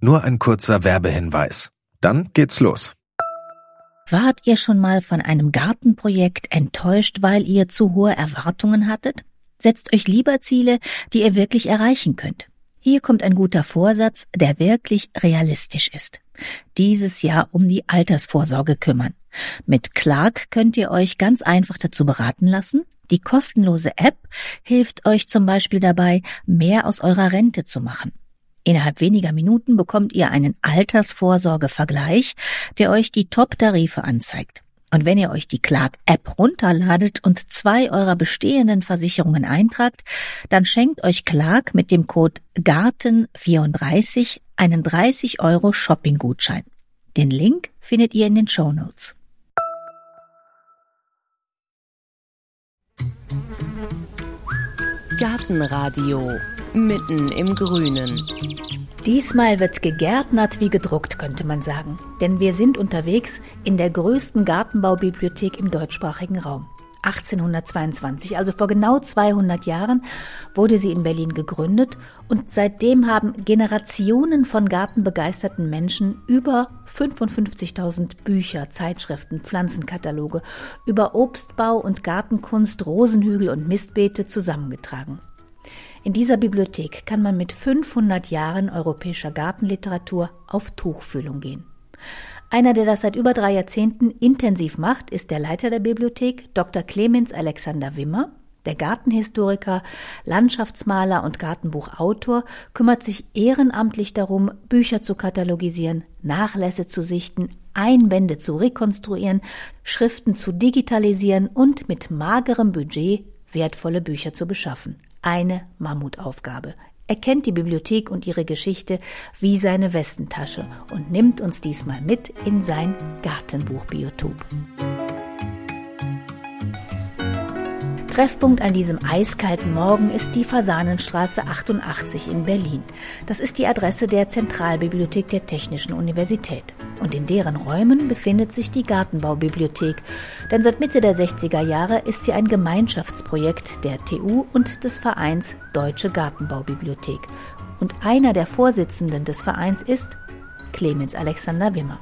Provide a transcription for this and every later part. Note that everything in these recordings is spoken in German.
Nur ein kurzer Werbehinweis. Dann geht's los. Wart ihr schon mal von einem Gartenprojekt enttäuscht, weil ihr zu hohe Erwartungen hattet? Setzt euch lieber Ziele, die ihr wirklich erreichen könnt. Hier kommt ein guter Vorsatz, der wirklich realistisch ist. Dieses Jahr um die Altersvorsorge kümmern. Mit Clark könnt ihr euch ganz einfach dazu beraten lassen. Die kostenlose App hilft euch zum Beispiel dabei, mehr aus eurer Rente zu machen. Innerhalb weniger Minuten bekommt ihr einen Altersvorsorge-Vergleich, der euch die Top-Tarife anzeigt. Und wenn ihr euch die Clark-App runterladet und 2 eurer bestehenden Versicherungen eintragt, dann schenkt euch Clark mit dem Code GARTEN34 einen 30 € Shopping-Gutschein. Den Link findet ihr in den Shownotes. Gartenradio mitten im Grünen. Diesmal wird gegärtnert wie gedruckt, könnte man sagen. Denn wir sind unterwegs in der größten Gartenbaubibliothek im deutschsprachigen Raum. 1822, also vor genau 200 Jahren, wurde sie in Berlin gegründet und seitdem haben Generationen von gartenbegeisterten Menschen über 55.000 Bücher, Zeitschriften, Pflanzenkataloge über Obstbau und Gartenkunst, Rosenhügel und Mistbeete zusammengetragen. In dieser Bibliothek kann man mit 500 Jahren europäischer Gartenliteratur auf Tuchfühlung gehen. Einer, der das seit über 3 Jahrzehnten intensiv macht, ist der Leiter der Bibliothek, Dr. Clemens Alexander Wimmer. Der Gartenhistoriker, Landschaftsmaler und Gartenbuchautor kümmert sich ehrenamtlich darum, Bücher zu katalogisieren, Nachlässe zu sichten, Einbände zu rekonstruieren, Schriften zu digitalisieren und mit magerem Budget wertvolle Bücher zu beschaffen. Eine Mammutaufgabe. Er kennt die Bibliothek und ihre Geschichte wie seine Westentasche und nimmt uns diesmal mit in sein Gartenbuchbiotop. Treffpunkt an diesem eiskalten Morgen ist die Fasanenstraße 88 in Berlin. Das ist die Adresse der Zentralbibliothek der Technischen Universität. Und in deren Räumen befindet sich die Gartenbaubibliothek. Denn seit Mitte der 60er Jahre ist sie ein Gemeinschaftsprojekt der TU und des Vereins Deutsche Gartenbaubibliothek. Und einer der Vorsitzenden des Vereins ist Clemens Alexander Wimmer.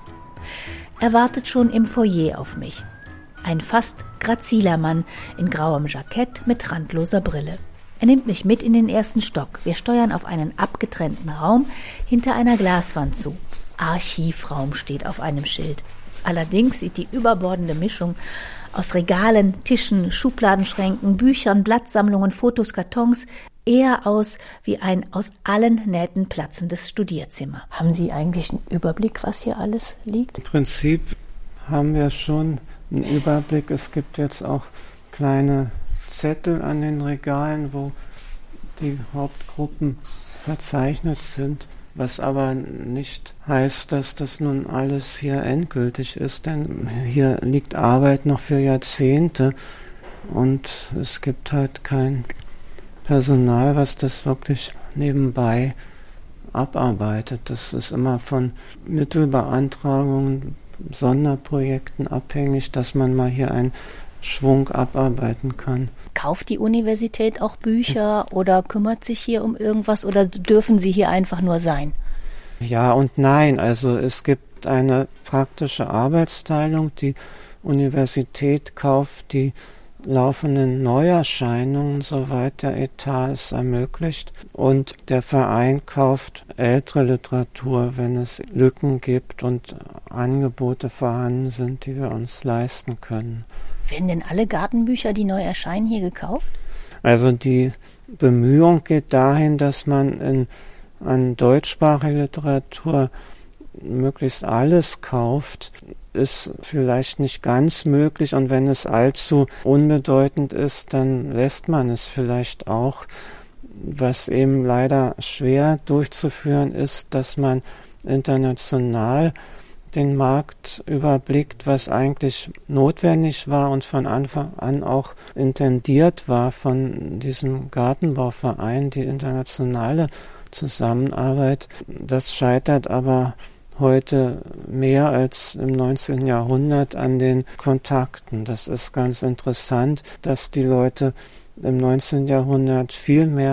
Er wartet schon im Foyer auf mich. Ein fast graziler Mann in grauem Jackett mit randloser Brille. Er nimmt mich mit in den 1. Stock. Wir steuern auf einen abgetrennten Raum hinter einer Glaswand zu. Archivraum steht auf einem Schild. Allerdings sieht die überbordende Mischung aus Regalen, Tischen, Schubladenschränken, Büchern, Blattsammlungen, Fotos, Kartons eher aus wie ein aus allen Nähten platzendes Studierzimmer. Haben Sie eigentlich einen Überblick, was hier alles liegt? Im Prinzip haben wir schon einen Überblick. Es gibt jetzt auch kleine Zettel an den Regalen, wo die Hauptgruppen verzeichnet sind, was aber nicht heißt, dass das nun alles hier endgültig ist, denn hier liegt Arbeit noch für Jahrzehnte und es gibt halt kein Personal, was das wirklich nebenbei abarbeitet. Das ist immer von Mittelbeantragungen, Sonderprojekten abhängig, dass man mal hier einen Schwung abarbeiten kann. Kauft die Universität auch Bücher oder kümmert sich hier um irgendwas oder dürfen sie hier einfach nur sein? Ja und nein. Also es gibt eine praktische Arbeitsteilung. Die Universität kauft die laufenden Neuerscheinungen, soweit der Etat es ermöglicht. Und der Verein kauft ältere Literatur, wenn es Lücken gibt und Angebote vorhanden sind, die wir uns leisten können. Werden denn alle Gartenbücher, die neu erscheinen, hier gekauft? Also die Bemühung geht dahin, dass man an deutschsprachiger Literatur möglichst alles kauft. Ist vielleicht nicht ganz möglich und wenn es allzu unbedeutend ist, dann lässt man es vielleicht auch. Was eben leider schwer durchzuführen ist, dass man international den Markt überblickt, was eigentlich notwendig war und von Anfang an auch intendiert war von diesem Gartenbauverein, die internationale Zusammenarbeit. Das scheitert aber heute mehr als im 19. Jahrhundert an den Kontakten. Das ist ganz interessant, dass die Leute im 19. Jahrhundert viel mehr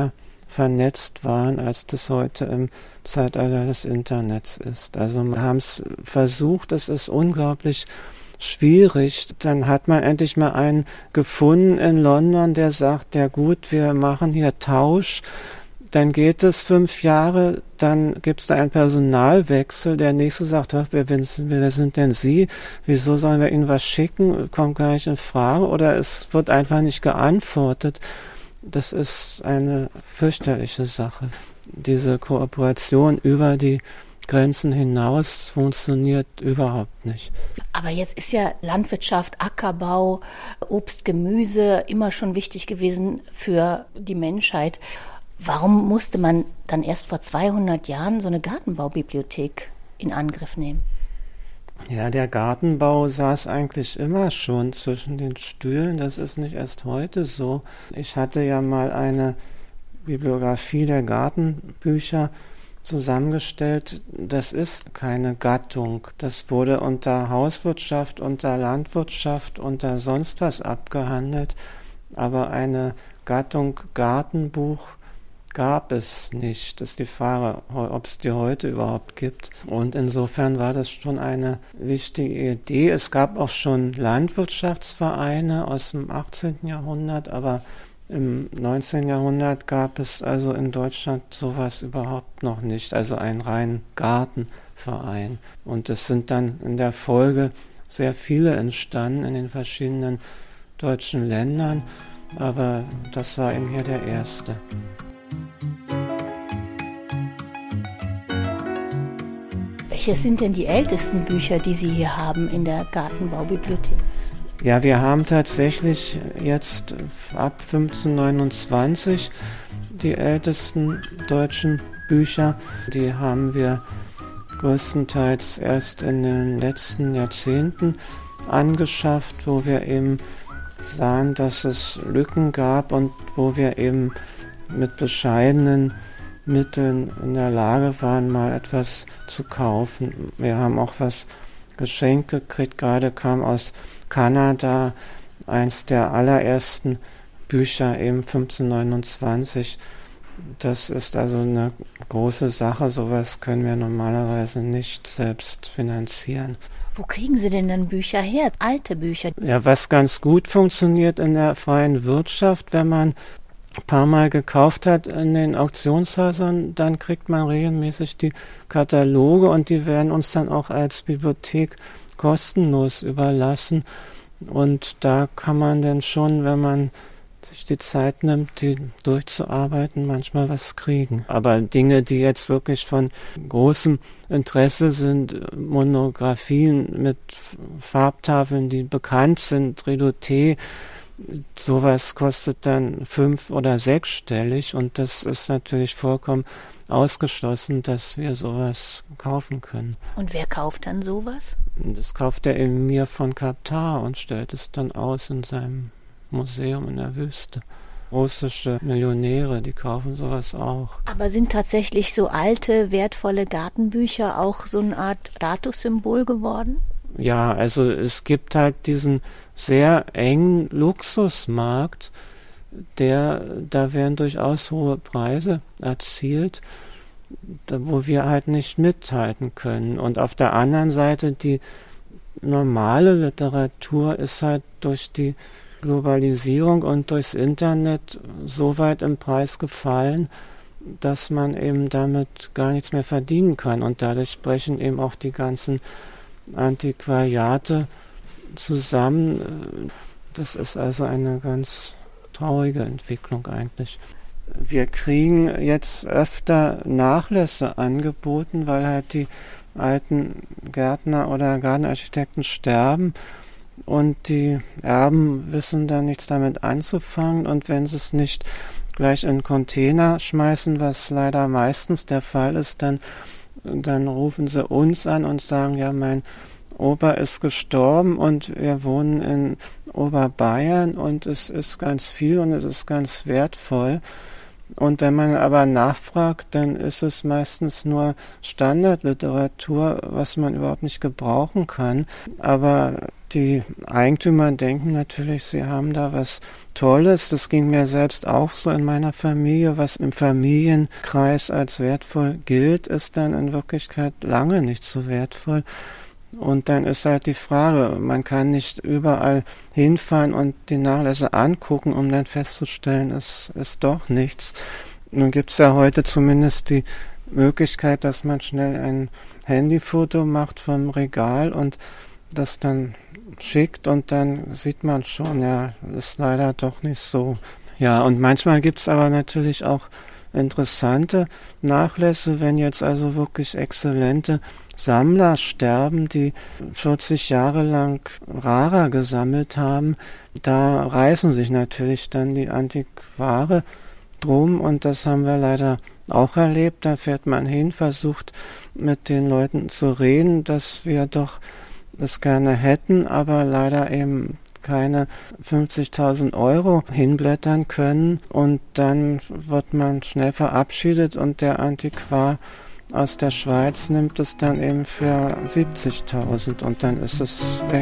vernetzt waren, als das heute im Zeitalter des Internets ist. Also wir haben es versucht, es ist unglaublich schwierig. Dann hat man endlich mal einen gefunden in London, der sagt, ja gut, wir machen hier Tausch. Dann geht es 5 Jahre, dann gibt es da einen Personalwechsel. Der nächste sagt, wer sind denn Sie? Wieso sollen wir Ihnen was schicken? Kommt gar nicht in Frage. Oder es wird einfach nicht geantwortet. Das ist eine fürchterliche Sache. Diese Kooperation über die Grenzen hinaus funktioniert überhaupt nicht. Aber jetzt ist ja Landwirtschaft, Ackerbau, Obst, Gemüse immer schon wichtig gewesen für die Menschheit. Warum musste man dann erst vor 200 Jahren so eine Gartenbaubibliothek in Angriff nehmen? Ja, der Gartenbau saß eigentlich immer schon zwischen den Stühlen. Das ist nicht erst heute so. Ich hatte ja mal eine Bibliografie der Gartenbücher zusammengestellt. Das ist keine Gattung. Das wurde unter Hauswirtschaft, unter Landwirtschaft, unter sonst was abgehandelt. Aber eine Gattung Gartenbuch gab es nicht. Das ist die Frage, ob es die heute überhaupt gibt. Und insofern war das schon eine wichtige Idee. Es gab auch schon Landwirtschaftsvereine aus dem 18. Jahrhundert, aber im 19. Jahrhundert gab es also in Deutschland sowas überhaupt noch nicht, also einen reinen Gartenverein. Und es sind dann in der Folge sehr viele entstanden in den verschiedenen deutschen Ländern, aber das war eben hier der erste. Welches sind denn die ältesten Bücher, die Sie hier haben in der Gartenbaubibliothek? Ja, wir haben tatsächlich jetzt ab 1529 die ältesten deutschen Bücher. Die haben wir größtenteils erst in den letzten Jahrzehnten angeschafft, wo wir eben sahen, dass es Lücken gab und wo wir eben mit bescheidenen Mitteln in der Lage waren, mal etwas zu kaufen. Wir haben auch was geschenkt gekriegt, gerade kam aus Kanada eins der allerersten Bücher, eben 1529. Das ist also eine große Sache, sowas können wir normalerweise nicht selbst finanzieren. Wo kriegen Sie denn dann Bücher her, alte Bücher? Ja, was ganz gut funktioniert in der freien Wirtschaft, wenn man ein paar Mal gekauft hat in den Auktionshäusern, dann kriegt man regelmäßig die Kataloge und die werden uns dann auch als Bibliothek kostenlos überlassen. Und da kann man dann schon, wenn man sich die Zeit nimmt, die durchzuarbeiten, manchmal was kriegen. Aber Dinge, die jetzt wirklich von großem Interesse sind, Monographien mit Farbtafeln, die bekannt sind, Redoute, sowas kostet dann 5- oder 6-stellig und das ist natürlich vollkommen ausgeschlossen, dass wir sowas kaufen können. Und wer kauft dann sowas? Das kauft der Emir von Katar und stellt es dann aus in seinem Museum in der Wüste. Russische Millionäre, die kaufen sowas auch. Aber sind tatsächlich so alte, wertvolle Gartenbücher auch so eine Art Statussymbol geworden? Ja, also es gibt halt diesen sehr engen Luxusmarkt, da werden durchaus hohe Preise erzielt, wo wir halt nicht mithalten können. Und auf der anderen Seite, die normale Literatur ist halt durch die Globalisierung und durchs Internet so weit im Preis gefallen, dass man eben damit gar nichts mehr verdienen kann. Und dadurch brechen eben auch die ganzen Antiquariate zusammen. Das ist also eine ganz traurige Entwicklung eigentlich. Wir kriegen jetzt öfter Nachlässe angeboten, weil halt die alten Gärtner oder Gartenarchitekten sterben und die Erben wissen dann nichts damit anzufangen und wenn sie es nicht gleich in Container schmeißen, was leider meistens der Fall ist, dann rufen sie uns an und sagen, ja, mein Opa ist gestorben und wir wohnen in Oberbayern und es ist ganz viel und es ist ganz wertvoll. Und wenn man aber nachfragt, dann ist es meistens nur Standardliteratur, was man überhaupt nicht gebrauchen kann. Aber die Eigentümer denken natürlich, sie haben da was Tolles. Das ging mir selbst auch so in meiner Familie. Was im Familienkreis als wertvoll gilt, ist dann in Wirklichkeit lange nicht so wertvoll. Und dann ist halt die Frage, man kann nicht überall hinfahren und die Nachlässe angucken, um dann festzustellen, es ist doch nichts. Nun gibt es ja heute zumindest die Möglichkeit, dass man schnell ein Handyfoto macht vom Regal und das dann schickt und dann sieht man schon, ja, ist leider doch nicht so. Ja, und manchmal gibt es aber natürlich auch interessante Nachlässe, wenn jetzt also wirklich exzellente Sammler sterben, die 40 Jahre lang Rara gesammelt haben, da reißen sich natürlich dann die Antiquare drum und das haben wir leider auch erlebt. Da fährt man hin, versucht mit den Leuten zu reden, dass wir doch das gerne hätten, aber leider eben keine 50.000 Euro hinblättern können und dann wird man schnell verabschiedet und der Antiquar aus der Schweiz nimmt es dann eben für 70.000 und dann ist es weg.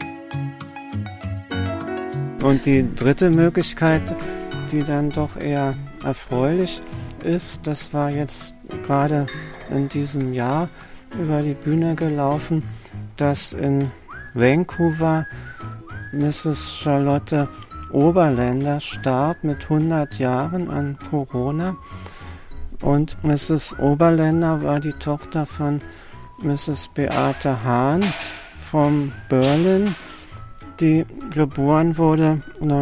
Und die dritte Möglichkeit, die dann doch eher erfreulich ist, das war jetzt gerade in diesem Jahr über die Bühne gelaufen, dass in Vancouver Mrs. Charlotte Oberländer starb mit 100 Jahren an Corona. Und Mrs. Oberländer war die Tochter von Mrs. Beate Hahn von Berlin, die geboren wurde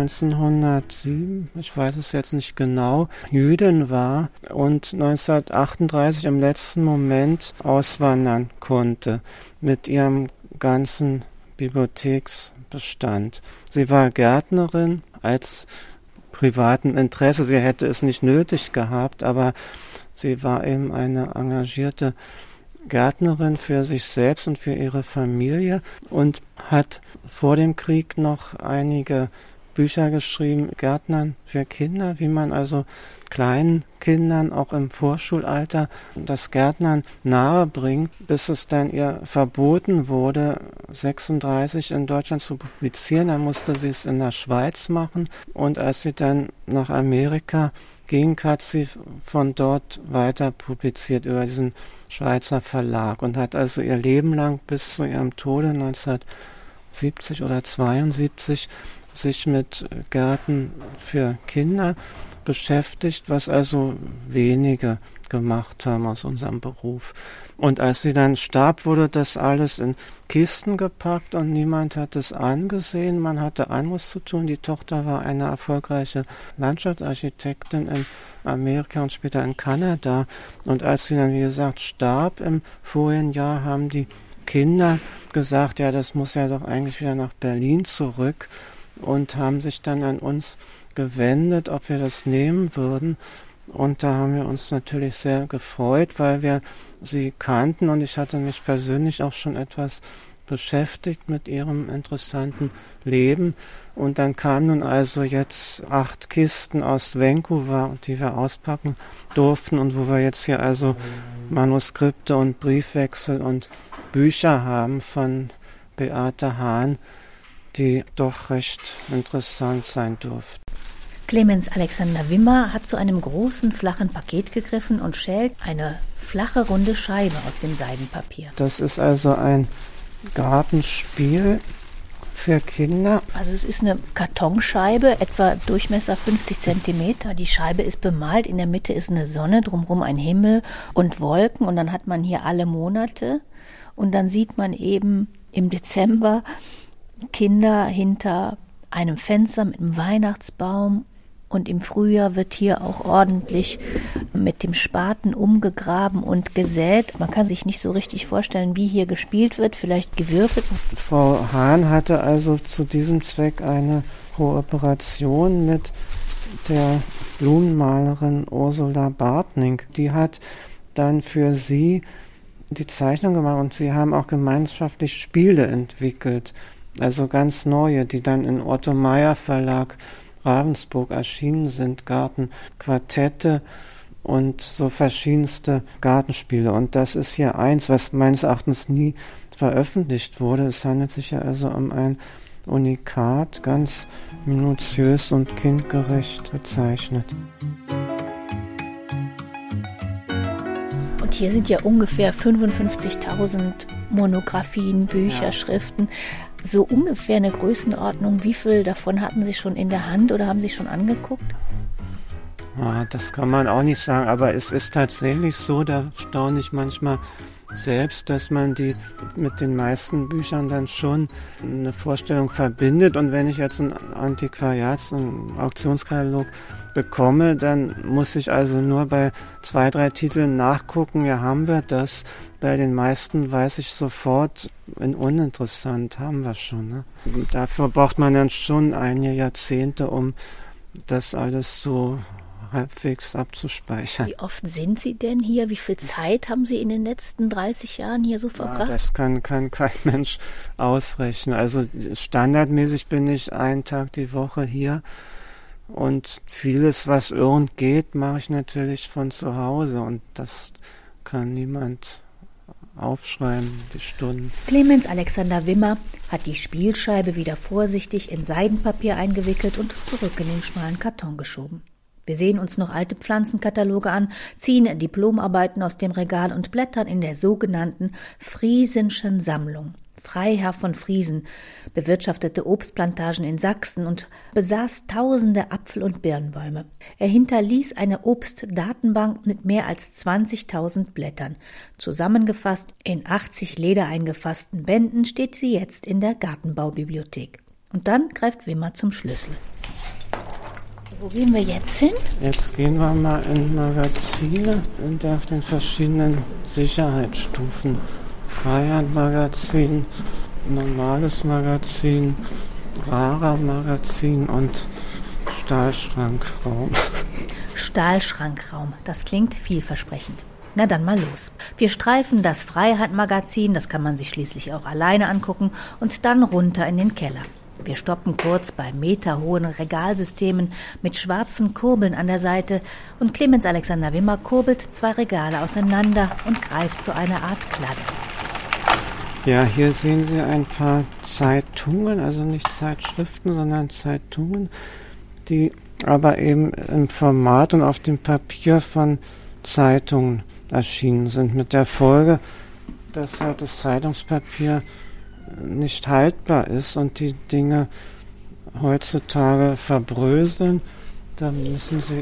1907, ich weiß es jetzt nicht genau, Jüdin war und 1938 im letzten Moment auswandern konnte mit ihrem ganzen Bibliotheksbestand. Sie war Gärtnerin als privaten Interesse. Sie hätte es nicht nötig gehabt, aber sie war eben eine engagierte Gärtnerin für sich selbst und für ihre Familie und hat vor dem Krieg noch einige Bücher geschrieben, Gärtnern für Kinder, wie man also kleinen Kindern auch im Vorschulalter das Gärtnern nahe bringt, bis es dann ihr verboten wurde, 1936 in Deutschland zu publizieren. Dann musste sie es in der Schweiz machen und als sie dann nach Amerika ging, hat sie von dort weiter publiziert über diesen Schweizer Verlag und hat also ihr Leben lang bis zu ihrem Tode 1970 oder 72 sich mit Gärten für Kinder beschäftigt, was also wenige gemacht haben aus unserem Beruf. Und als sie dann starb, wurde das alles in Kisten gepackt und niemand hat es angesehen. Man hatte anderes zu tun. Die Tochter war eine erfolgreiche Landschaftsarchitektin in Amerika und später in Kanada. Und als sie dann, wie gesagt, starb im vorigen Jahr, haben die Kinder gesagt, ja, das muss ja doch eigentlich wieder nach Berlin zurück und haben sich dann an uns gewendet, ob wir das nehmen würden. Und da haben wir uns natürlich sehr gefreut, weil wir sie kannten und ich hatte mich persönlich auch schon etwas beschäftigt mit ihrem interessanten Leben. Und dann kamen nun also jetzt 8 Kisten aus Vancouver, die wir auspacken durften und wo wir jetzt hier also Manuskripte und Briefwechsel und Bücher haben von Beate Hahn, die doch recht interessant sein dürften. Clemens Alexander Wimmer hat zu einem großen, flachen Paket gegriffen und schält eine flache, runde Scheibe aus dem Seidenpapier. Das ist also ein Gartenspiel für Kinder. Also es ist eine Kartonscheibe, etwa Durchmesser 50 Zentimeter. Die Scheibe ist bemalt, in der Mitte ist eine Sonne, drumherum ein Himmel und Wolken und dann hat man hier alle Monate und dann sieht man eben im Dezember Kinder hinter einem Fenster mit einem Weihnachtsbaum. Und im Frühjahr wird hier auch ordentlich mit dem Spaten umgegraben und gesät. Man kann sich nicht so richtig vorstellen, wie hier gespielt wird, vielleicht gewürfelt. Frau Hahn hatte also zu diesem Zweck eine Kooperation mit der Blumenmalerin Ursula Bartning. Die hat dann für sie die Zeichnung gemacht und sie haben auch gemeinschaftlich Spiele entwickelt, also ganz neue, die dann im Otto Meyer Verlag Ravensburg erschienen sind, Gartenquartette und so verschiedenste Gartenspiele. Und das ist hier eins, was meines Erachtens nie veröffentlicht wurde. Es handelt sich ja also um ein Unikat, ganz minutiös und kindgerecht gezeichnet. Und hier sind ja ungefähr 55.000 Monographien, Bücher, Schriften. So ungefähr eine Größenordnung. Wie viel davon hatten Sie schon in der Hand oder haben Sie schon angeguckt? Das kann man auch nicht sagen, aber es ist tatsächlich so, da staune ich manchmal selbst, dass man die mit den meisten Büchern dann schon eine Vorstellung verbindet. Und wenn ich jetzt einen einen Auktionskatalog bekomme, dann muss ich also nur bei 2, 3 Titeln nachgucken, ja, haben wir das. Bei den meisten weiß ich sofort, uninteressant, haben wir schon. Ne? Dafür braucht man dann schon einige Jahrzehnte, um das alles so halbwegs abzuspeichern. Wie oft sind Sie denn hier? Wie viel Zeit haben Sie in den letzten 30 Jahren hier so verbracht? Das kann kein Mensch ausrechnen. Also standardmäßig bin ich einen Tag die Woche hier und vieles, was irgend geht, mache ich natürlich von zu Hause und das kann niemand aufschreiben, die Stunden. Clemens Alexander Wimmer hat die Spielscheibe wieder vorsichtig in Seidenpapier eingewickelt und zurück in den schmalen Karton geschoben. Wir sehen uns noch alte Pflanzenkataloge an, ziehen Diplomarbeiten aus dem Regal und blättern in der sogenannten Friesenschen Sammlung. Freiherr von Friesen bewirtschaftete Obstplantagen in Sachsen und besaß tausende Apfel- und Birnbäume. Er hinterließ eine Obstdatenbank mit mehr als 20.000 Blättern. Zusammengefasst in 80 ledereingefassten Bänden steht sie jetzt in der Gartenbaubibliothek. Und dann greift Wimmer zum Schlüssel. Wo gehen wir jetzt hin? Jetzt gehen wir mal in Magazine und auf den verschiedenen Sicherheitsstufen. Freihandmagazin, normales Magazin, rarer Magazin und Stahlschrankraum. Stahlschrankraum, das klingt vielversprechend. Na dann mal los. Wir streifen das Freihandmagazin, das kann man sich schließlich auch alleine angucken, und dann runter in den Keller. Wir stoppen kurz bei meterhohen Regalsystemen mit schwarzen Kurbeln an der Seite und Clemens Alexander Wimmer kurbelt 2 Regale auseinander und greift zu einer Art Kladde. Ja, hier sehen Sie ein paar Zeitungen, also nicht Zeitschriften, sondern Zeitungen, die aber eben im Format und auf dem Papier von Zeitungen erschienen sind, mit der Folge, dass halt das Zeitungspapier nicht haltbar ist und die Dinge heutzutage verbröseln. Da müssen sie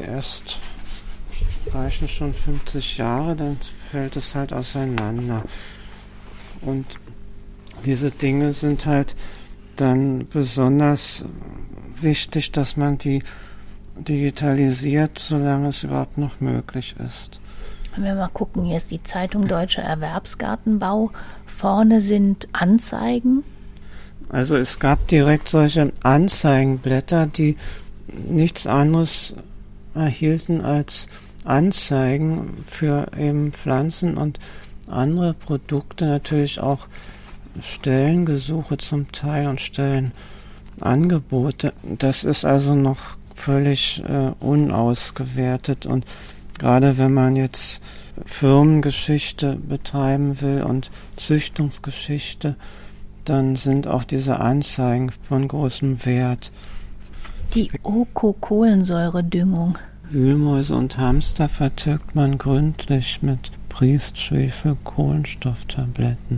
reichen schon 50 Jahre, dann fällt es halt auseinander. Und diese Dinge sind halt dann besonders wichtig, dass man die digitalisiert, solange es überhaupt noch möglich ist. Wenn wir mal gucken, hier ist die Zeitung Deutscher Erwerbsgartenbau. Vorne sind Anzeigen. Also es gab direkt solche Anzeigenblätter, die nichts anderes erhielten als Anzeigen für eben Pflanzen und andere Produkte, natürlich auch Stellengesuche zum Teil und Stellenangebote. Das ist also noch völlig unausgewertet und gerade wenn man jetzt Firmengeschichte betreiben will und Züchtungsgeschichte, dann sind auch diese Anzeigen von großem Wert. Die Oko-Kohlensäuredüngung. Wühlmäuse und Hamster vertilgt man gründlich mit Priestschwefel, Kohlenstofftabletten.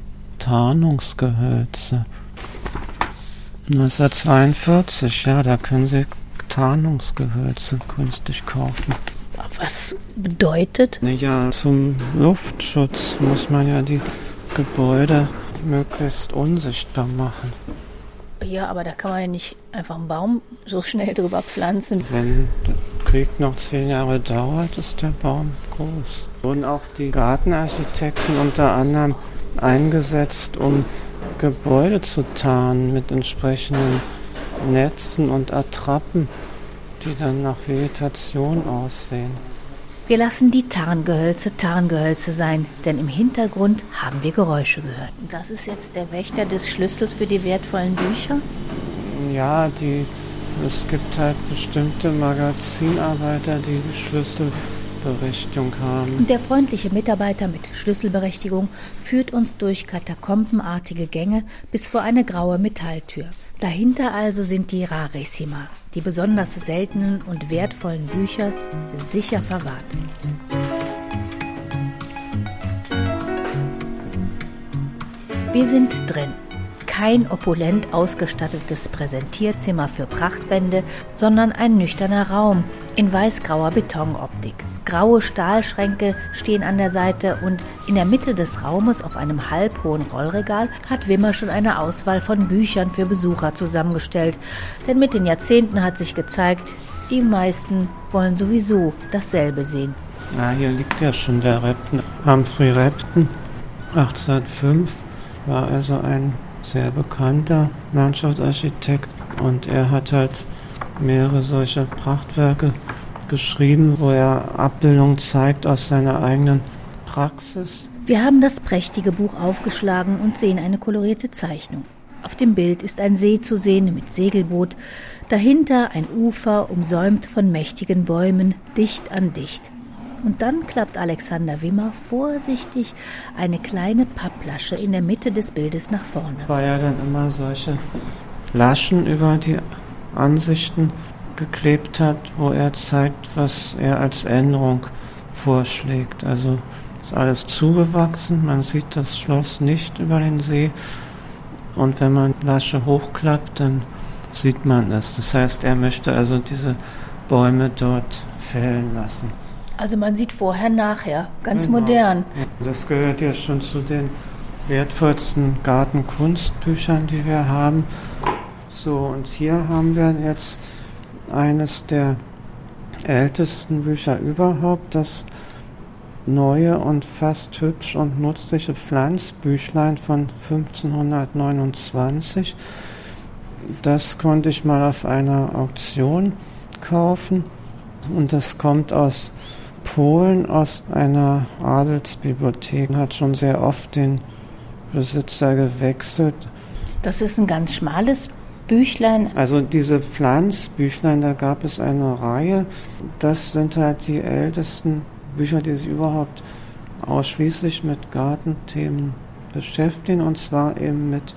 Tarnungsgehölze. 1942, ja, da können Sie Tarnungsgehölze günstig kaufen. Was bedeutet? Ja, zum Luftschutz muss man ja die Gebäude möglichst unsichtbar machen. Ja, aber da kann man ja nicht einfach einen Baum so schnell drüber pflanzen. Wenn der Krieg noch 10 Jahre dauert, ist der Baum groß. Wurden auch die Gartenarchitekten unter anderem eingesetzt, um Gebäude zu tarnen mit entsprechenden Netzen und Attrappen, die dann nach Vegetation aussehen. Wir lassen die Tarngehölze sein, denn im Hintergrund haben wir Geräusche gehört. Das ist jetzt der Wächter des Schlüssels für die wertvollen Bücher? Ja, die Es gibt halt bestimmte Magazinarbeiter, die Schlüsselberechtigung haben. Und der freundliche Mitarbeiter mit Schlüsselberechtigung führt uns durch katakombenartige Gänge bis vor eine graue Metalltür. Dahinter also sind die Rarissima, die besonders seltenen und wertvollen Bücher, sicher verwahrt. Wir sind drin. Kein opulent ausgestattetes Präsentierzimmer für Prachtbände, sondern ein nüchterner Raum in weiß-grauer Betonoptik. Graue Stahlschränke stehen an der Seite und in der Mitte des Raumes auf einem halbhohen Rollregal hat Wimmer schon eine Auswahl von Büchern für Besucher zusammengestellt. Denn mit den Jahrzehnten hat sich gezeigt, die meisten wollen sowieso dasselbe sehen. Ja, hier liegt ja schon der Repton. Humphrey Repton, 1805, war also ein sehr bekannter Landschaftsarchitekt und er hat halt mehrere solche Prachtwerke geschrieben, wo er Abbildungen zeigt aus seiner eigenen Praxis. Wir haben das prächtige Buch aufgeschlagen und sehen eine kolorierte Zeichnung. Auf dem Bild ist ein See zu sehen mit Segelboot, dahinter ein Ufer umsäumt von mächtigen Bäumen, dicht an dicht. Und dann klappt Alexander Wimmer vorsichtig eine kleine Papplasche in der Mitte des Bildes nach vorne. Weil er dann immer solche Flaschen über die Ansichten geklebt hat, wo er zeigt, was er als Änderung vorschlägt. Also ist alles zugewachsen, man sieht das Schloss nicht über den See und wenn man die Lasche hochklappt, dann sieht man es. Das heißt, er möchte also diese Bäume dort fällen lassen. Also man sieht vorher, nachher, ganz Genau. modern. Das gehört ja schon zu den wertvollsten Gartenkunstbüchern, die wir haben. So, und hier haben wir jetzt eines der ältesten Bücher überhaupt, das neue und fast hübsch und nützliche Pflanzbüchlein von 1529. Das konnte ich mal auf einer Auktion kaufen und das kommt aus Polen, aus einer Adelsbibliothek, hat schon sehr oft den Besitzer gewechselt. Das ist ein ganz schmales Büchlein. Also diese Pflanzbüchlein, da gab es eine Reihe. Das sind halt die ältesten Bücher, die sich überhaupt ausschließlich mit Gartenthemen beschäftigen, und zwar eben mit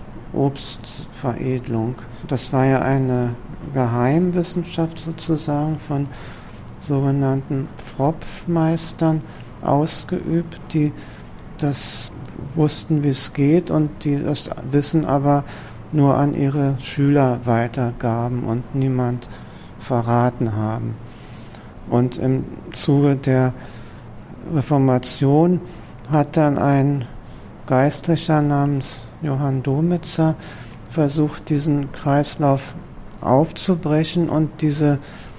Obstveredelung. Das war ja eine Geheimwissenschaft sozusagen von sogenannten Pfropfmeistern ausgeübt, die das wussten, wie es geht und die das Wissen aber nur an ihre Schüler weitergaben und niemand verraten haben. Und im Zuge der Reformation hat dann ein Geistlicher namens Johann Domitzer versucht, diesen Kreislauf aufzubrechen und diese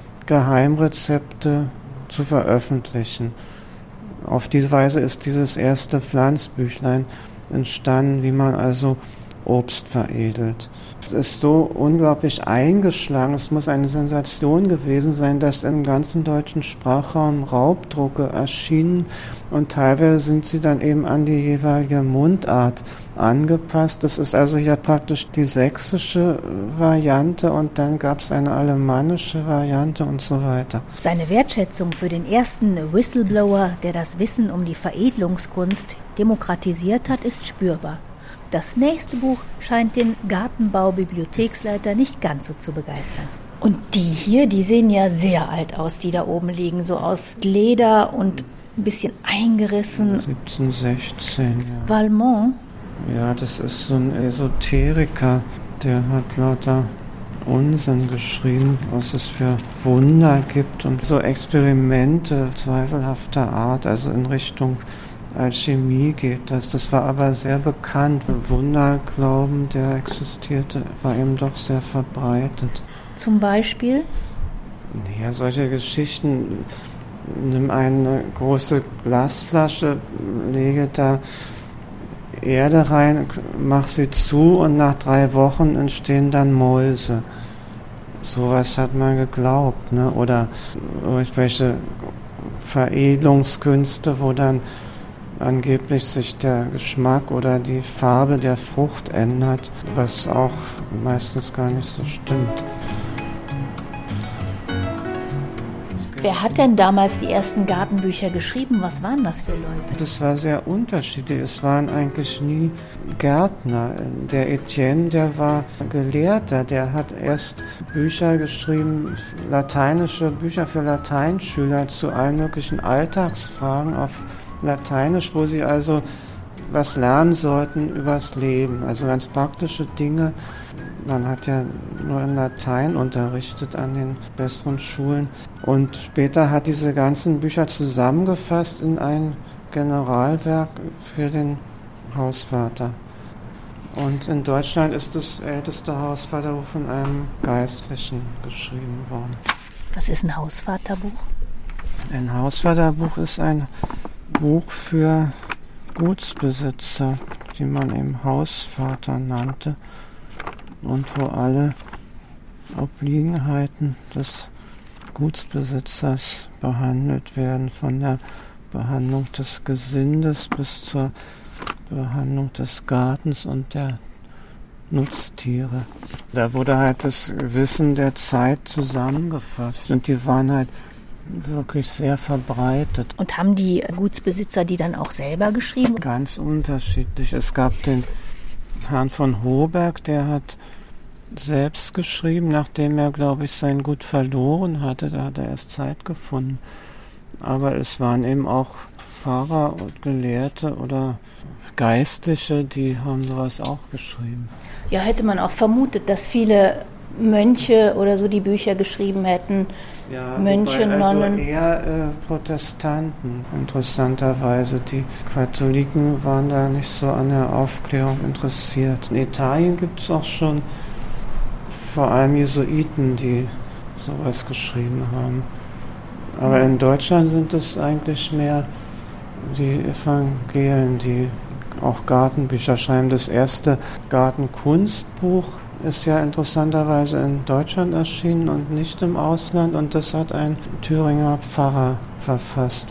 Geheimrezepte zu veröffentlichen. Auf diese Weise ist dieses erste Pflanzbüchlein entstanden, wie man also Obst veredelt. Es ist so unglaublich eingeschlagen, es muss eine Sensation gewesen sein, dass im ganzen deutschen Sprachraum Raubdrucke erschienen und teilweise sind sie dann eben an die jeweilige Mundart angepasst. Das ist also hier praktisch die sächsische Variante und dann gab es eine alemannische Variante und so weiter. Seine Wertschätzung für den ersten Whistleblower, der das Wissen um die Veredelungskunst demokratisiert hat, ist spürbar. Das nächste Buch scheint den Gartenbau-Bibliotheksleiter nicht ganz so zu begeistern. Und die hier, die sehen ja sehr alt aus, die da oben liegen, so aus Leder und ein bisschen eingerissen. 1716, ja. Valmont. Ja, das ist so ein Esoteriker, der hat lauter Unsinn geschrieben, was es für Wunder gibt und so Experimente zweifelhafter Art, also in Richtung Alchemie geht das. Das war aber sehr bekannt. Wunderglauben, der existierte, war eben doch sehr verbreitet. Zum Beispiel? Ja, solche Geschichten. Nimm eine große Glasflasche, lege da Erde rein, mach sie zu und nach 3 Wochen entstehen dann Mäuse. Sowas hat man geglaubt, ne? Oder irgendwelche Veredelungskünste, wo dann angeblich sich der Geschmack oder die Farbe der Frucht ändert, was auch meistens gar nicht so stimmt. Wer hat denn damals die ersten Gartenbücher geschrieben? Was waren das für Leute? Das war sehr unterschiedlich. Es waren eigentlich nie Gärtner. Der Etienne, der war Gelehrter. Der hat erst Bücher geschrieben, lateinische Bücher für Lateinschüler zu allen möglichen Alltagsfragen auf Lateinisch, wo sie also was lernen sollten übers Leben. Also ganz praktische Dinge. Man hat ja nur in Latein unterrichtet an den besseren Schulen. Und später hat diese ganzen Bücher zusammengefasst in ein Generalwerk für den Hausvater. Und in Deutschland ist das älteste Hausvaterbuch von einem Geistlichen geschrieben worden. Was ist ein Hausvaterbuch? Ein Hausvaterbuch ist ein Buch für Gutsbesitzer, die man eben Hausvater nannte. Und wo alle Obliegenheiten des Gutsbesitzers behandelt werden, von der Behandlung des Gesindes bis zur Behandlung des Gartens und der Nutztiere. Da wurde halt das Wissen der Zeit zusammengefasst und die waren halt wirklich sehr verbreitet. Und haben die Gutsbesitzer die dann auch selber geschrieben? Ganz unterschiedlich. Es gab den Herrn von Hoberg, der hat selbst geschrieben, nachdem er, glaube ich, sein Gut verloren hatte. Da hat er erst Zeit gefunden. Aber es waren eben auch Pfarrer und Gelehrte oder Geistliche, die haben sowas auch geschrieben. Ja, hätte man auch vermutet, dass viele Mönche oder so die Bücher geschrieben hätten. Ja, Mönche, Nonnen. Also eher Protestanten, interessanterweise. Die Katholiken waren da nicht so an der Aufklärung interessiert. In Italien gibt es auch schon vor allem Jesuiten, die sowas geschrieben haben. Aber in Deutschland sind es eigentlich mehr die Evangelien, die auch Gartenbücher schreiben. Das erste Gartenkunstbuch ist ja interessanterweise in Deutschland erschienen und nicht im Ausland. Und das hat ein Thüringer Pfarrer verfasst,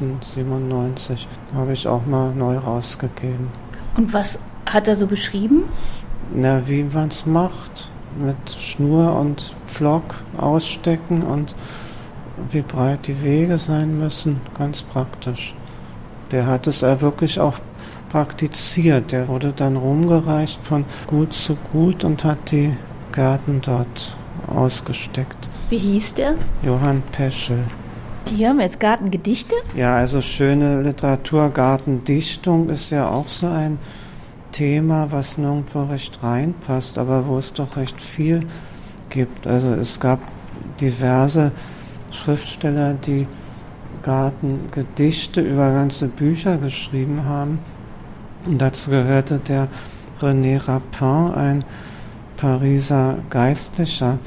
1597. Habe ich auch mal neu rausgegeben. Und was hat er so beschrieben? Na, wie man es macht. Mit Schnur und Pflock ausstecken und wie breit die Wege sein müssen. Ganz praktisch. Der hat es ja wirklich auch praktiziert. Der wurde dann rumgereicht von Gut zu Gut und hat die Gärten dort ausgesteckt. Wie hieß der? Johann Peschel. Hier haben wir jetzt Gartengedichte. Ja, also schöne Literatur. Gartendichtung ist ja auch so ein Thema, was nirgendwo recht reinpasst, aber wo es doch recht viel gibt. Also es gab diverse Schriftsteller, die Gartengedichte über ganze Bücher geschrieben haben. Und dazu gehörte der René Rapin, ein Pariser Geistlicher,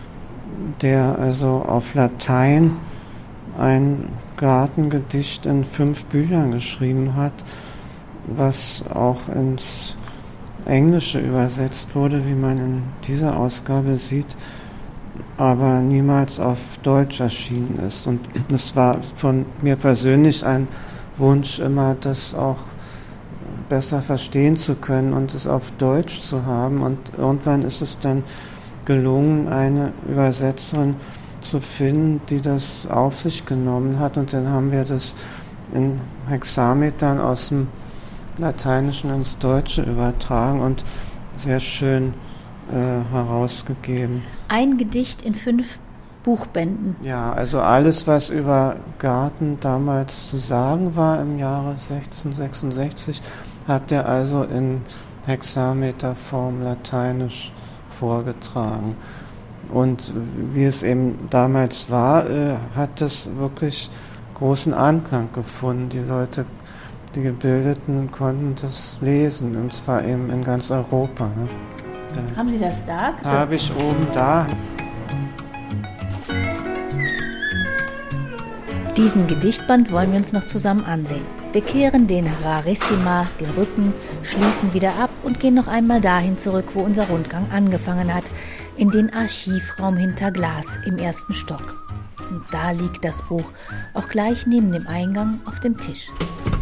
der also auf Latein ein Gartengedicht in 5 Büchern geschrieben hat, was auch ins Englische übersetzt wurde, wie man in dieser Ausgabe sieht, aber niemals auf Deutsch erschienen ist. Und es war von mir persönlich ein Wunsch, immer das auch besser verstehen zu können und es auf Deutsch zu haben. Und irgendwann ist es dann gelungen, eine Übersetzerin zu finden, die das auf sich genommen hat. Und dann haben wir das in Hexametern aus dem Lateinischen ins Deutsche übertragen und sehr schön herausgegeben. Ein Gedicht in 5 Buchbänden. Ja, also alles, was über Garten damals zu sagen war im Jahre 1666, hat er also in Hexameterform lateinisch vorgetragen. Und wie es eben damals war, hat es wirklich großen Anklang gefunden. Die Leute, die Gebildeten, konnten das lesen, und zwar eben in ganz Europa. Ne? Haben Sie das da? Habe ich oben da. Diesen Gedichtband wollen wir uns noch zusammen ansehen. Wir kehren den Rarissima den Rücken, schließen wieder ab und gehen noch einmal dahin zurück, wo unser Rundgang angefangen hat, in den Archivraum hinter Glas im 1. Stock. Und da liegt das Buch, auch gleich neben dem Eingang auf dem Tisch.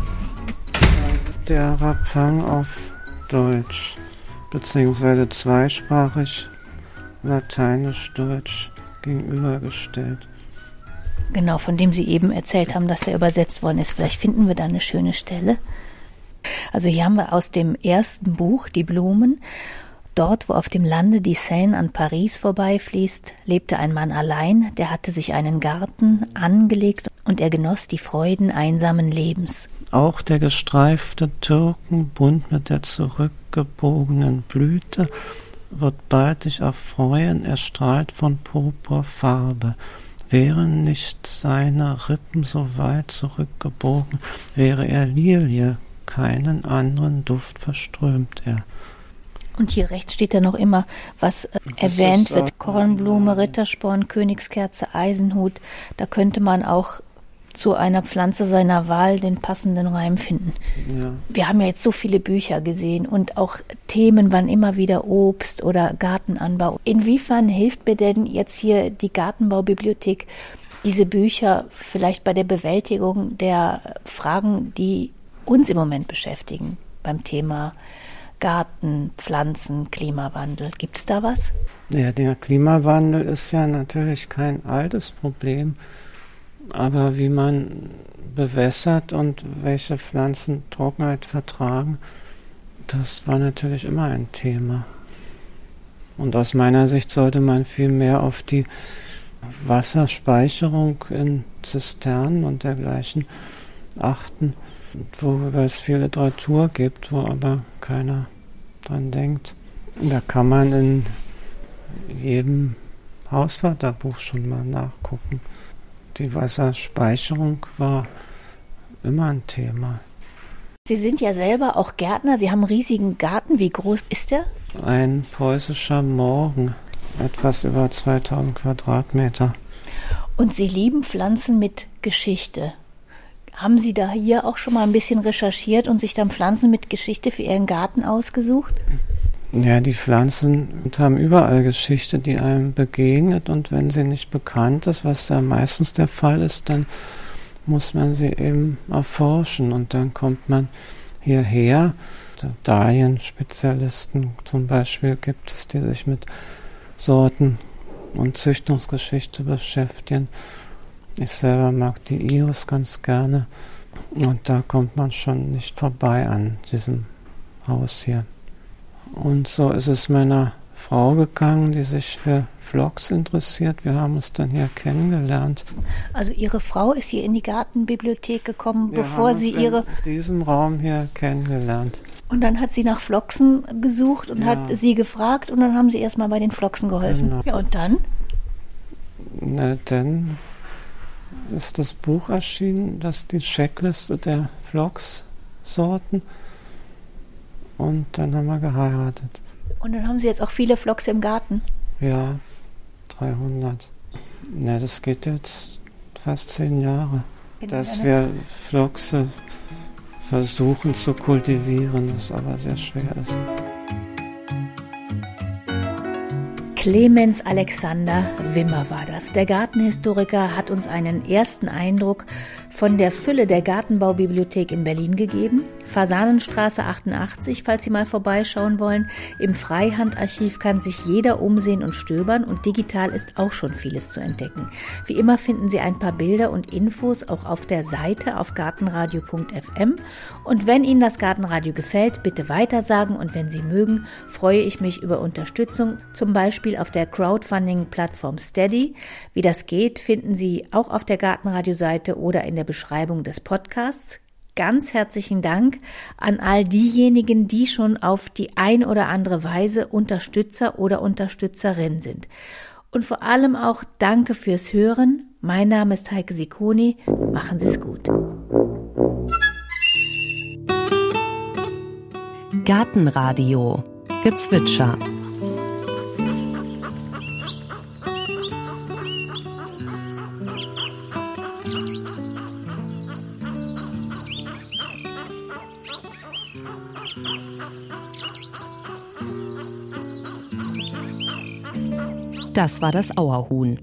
Der Rapin auf Deutsch, beziehungsweise zweisprachig Lateinisch-Deutsch gegenübergestellt. Genau, von dem Sie eben erzählt haben, dass er übersetzt worden ist. Vielleicht finden wir da eine schöne Stelle. Also hier haben wir aus dem ersten Buch, Die Blumen. Dort, wo auf dem Lande die Seine an Paris vorbeifließt, lebte ein Mann allein, der hatte sich einen Garten angelegt und er genoss die Freuden einsamen Lebens. Auch der gestreifte Türkenbund mit der zurückgebogenen Blüte wird bald dich erfreuen, er strahlt von Purpurfarbe. Wären nicht seine Rippen so weit zurückgebogen, wäre er Lilie, keinen anderen Duft verströmt er. Und hier rechts steht ja noch immer, was erwähnt wird. Kornblume, Rittersporn, Königskerze, Eisenhut. Da könnte man auch zu einer Pflanze seiner Wahl den passenden Reim finden. Ja. Wir haben ja jetzt so viele Bücher gesehen und auch Themen waren immer wieder Obst oder Gartenanbau. Inwiefern hilft mir denn jetzt hier die Gartenbaubibliothek, diese Bücher vielleicht bei der Bewältigung der Fragen, die uns im Moment beschäftigen beim Thema Garten, Pflanzen, Klimawandel. Gibt es da was? Ja, der Klimawandel ist ja natürlich kein altes Problem, aber wie man bewässert und welche Pflanzen Trockenheit vertragen, das war natürlich immer ein Thema. Und aus meiner Sicht sollte man viel mehr auf die Wasserspeicherung in Zisternen und dergleichen achten, worüber es viel Literatur gibt, wo aber keiner dran denkt. Da kann man in jedem Hauswörterbuch schon mal nachgucken. Die Wasserspeicherung war immer ein Thema. Sie sind ja selber auch Gärtner, Sie haben einen riesigen Garten. Wie groß ist der? Ein preußischer Morgen, etwas über 2000 Quadratmeter. Und Sie lieben Pflanzen mit Geschichte. Haben Sie da hier auch schon mal ein bisschen recherchiert und sich dann Pflanzen mit Geschichte für Ihren Garten ausgesucht? Ja, die Pflanzen haben überall Geschichte, die einem begegnet, und wenn sie nicht bekannt ist, was da meistens der Fall ist, dann muss man sie eben erforschen und dann kommt man hierher. Dahlien-Spezialisten zum Beispiel gibt es, die sich mit Sorten und Züchtungsgeschichte beschäftigen. Ich selber mag die Iris ganz gerne und da kommt man schon nicht vorbei an diesem Haus hier. Und so ist es meiner Frau gegangen, die sich für Phlox interessiert. Wir haben uns dann hier kennengelernt. Also Ihre Frau ist hier in die Gartenbibliothek gekommen, bevor Sie ihre... in diesem Raum hier kennengelernt. Und dann hat sie nach Phloxen gesucht und hat Sie gefragt und dann haben Sie erstmal bei den Phloxen geholfen. Genau. Ja, und dann? Na, dann ist das Buch erschienen, das ist die Checkliste der Phlox-Sorten. Und dann haben wir geheiratet. Und dann haben Sie jetzt auch viele Phloxe im Garten? Ja, 300. Na, das geht jetzt fast 10 Jahre, dass wir Phloxe versuchen zu kultivieren, das aber sehr schwer ist. Clemens Alexander Wimmer war das. Der Gartenhistoriker hat uns einen ersten Eindruck von der Fülle der Gartenbaubibliothek in Berlin gegeben. Fasanenstraße 88, falls Sie mal vorbeischauen wollen. Im Freihandarchiv kann sich jeder umsehen und stöbern und digital ist auch schon vieles zu entdecken. Wie immer finden Sie ein paar Bilder und Infos auch auf der Seite auf gartenradio.fm. Und wenn Ihnen das Gartenradio gefällt, bitte weitersagen und wenn Sie mögen, freue ich mich über Unterstützung, zum Beispiel auf der Crowdfunding-Plattform Steady. Wie das geht, finden Sie auch auf der Gartenradio-Seite oder in der Beschreibung des Podcasts. Ganz herzlichen Dank an all diejenigen, die schon auf die ein oder andere Weise Unterstützer oder Unterstützerin sind. Und vor allem auch danke fürs Hören. Mein Name ist Heike Sicconi. Machen Sie es gut. Gartenradio Gezwitscher. Das war das Auerhuhn.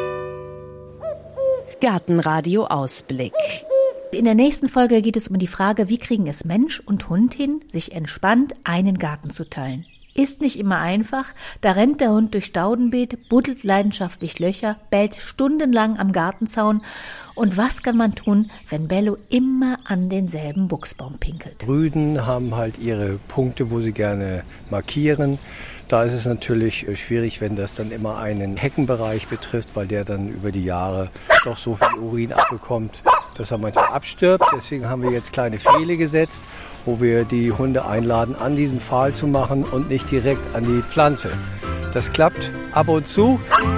Gartenradio Ausblick. In der nächsten Folge geht es um die Frage, wie kriegen es Mensch und Hund hin, sich entspannt einen Garten zu teilen. Ist nicht immer einfach, da rennt der Hund durch Staudenbeet, buddelt leidenschaftlich Löcher, bellt stundenlang am Gartenzaun. Und was kann man tun, wenn Bello immer an denselben Buchsbaum pinkelt? Rüden haben halt ihre Punkte, wo sie gerne markieren. Da ist es natürlich schwierig, wenn das dann immer einen Heckenbereich betrifft, weil der dann über die Jahre doch so viel Urin abbekommt, dass er manchmal abstirbt. Deswegen haben wir jetzt kleine Pfähle gesetzt, wo wir die Hunde einladen, an diesen Pfahl zu machen und nicht direkt an die Pflanze. Das klappt ab und zu,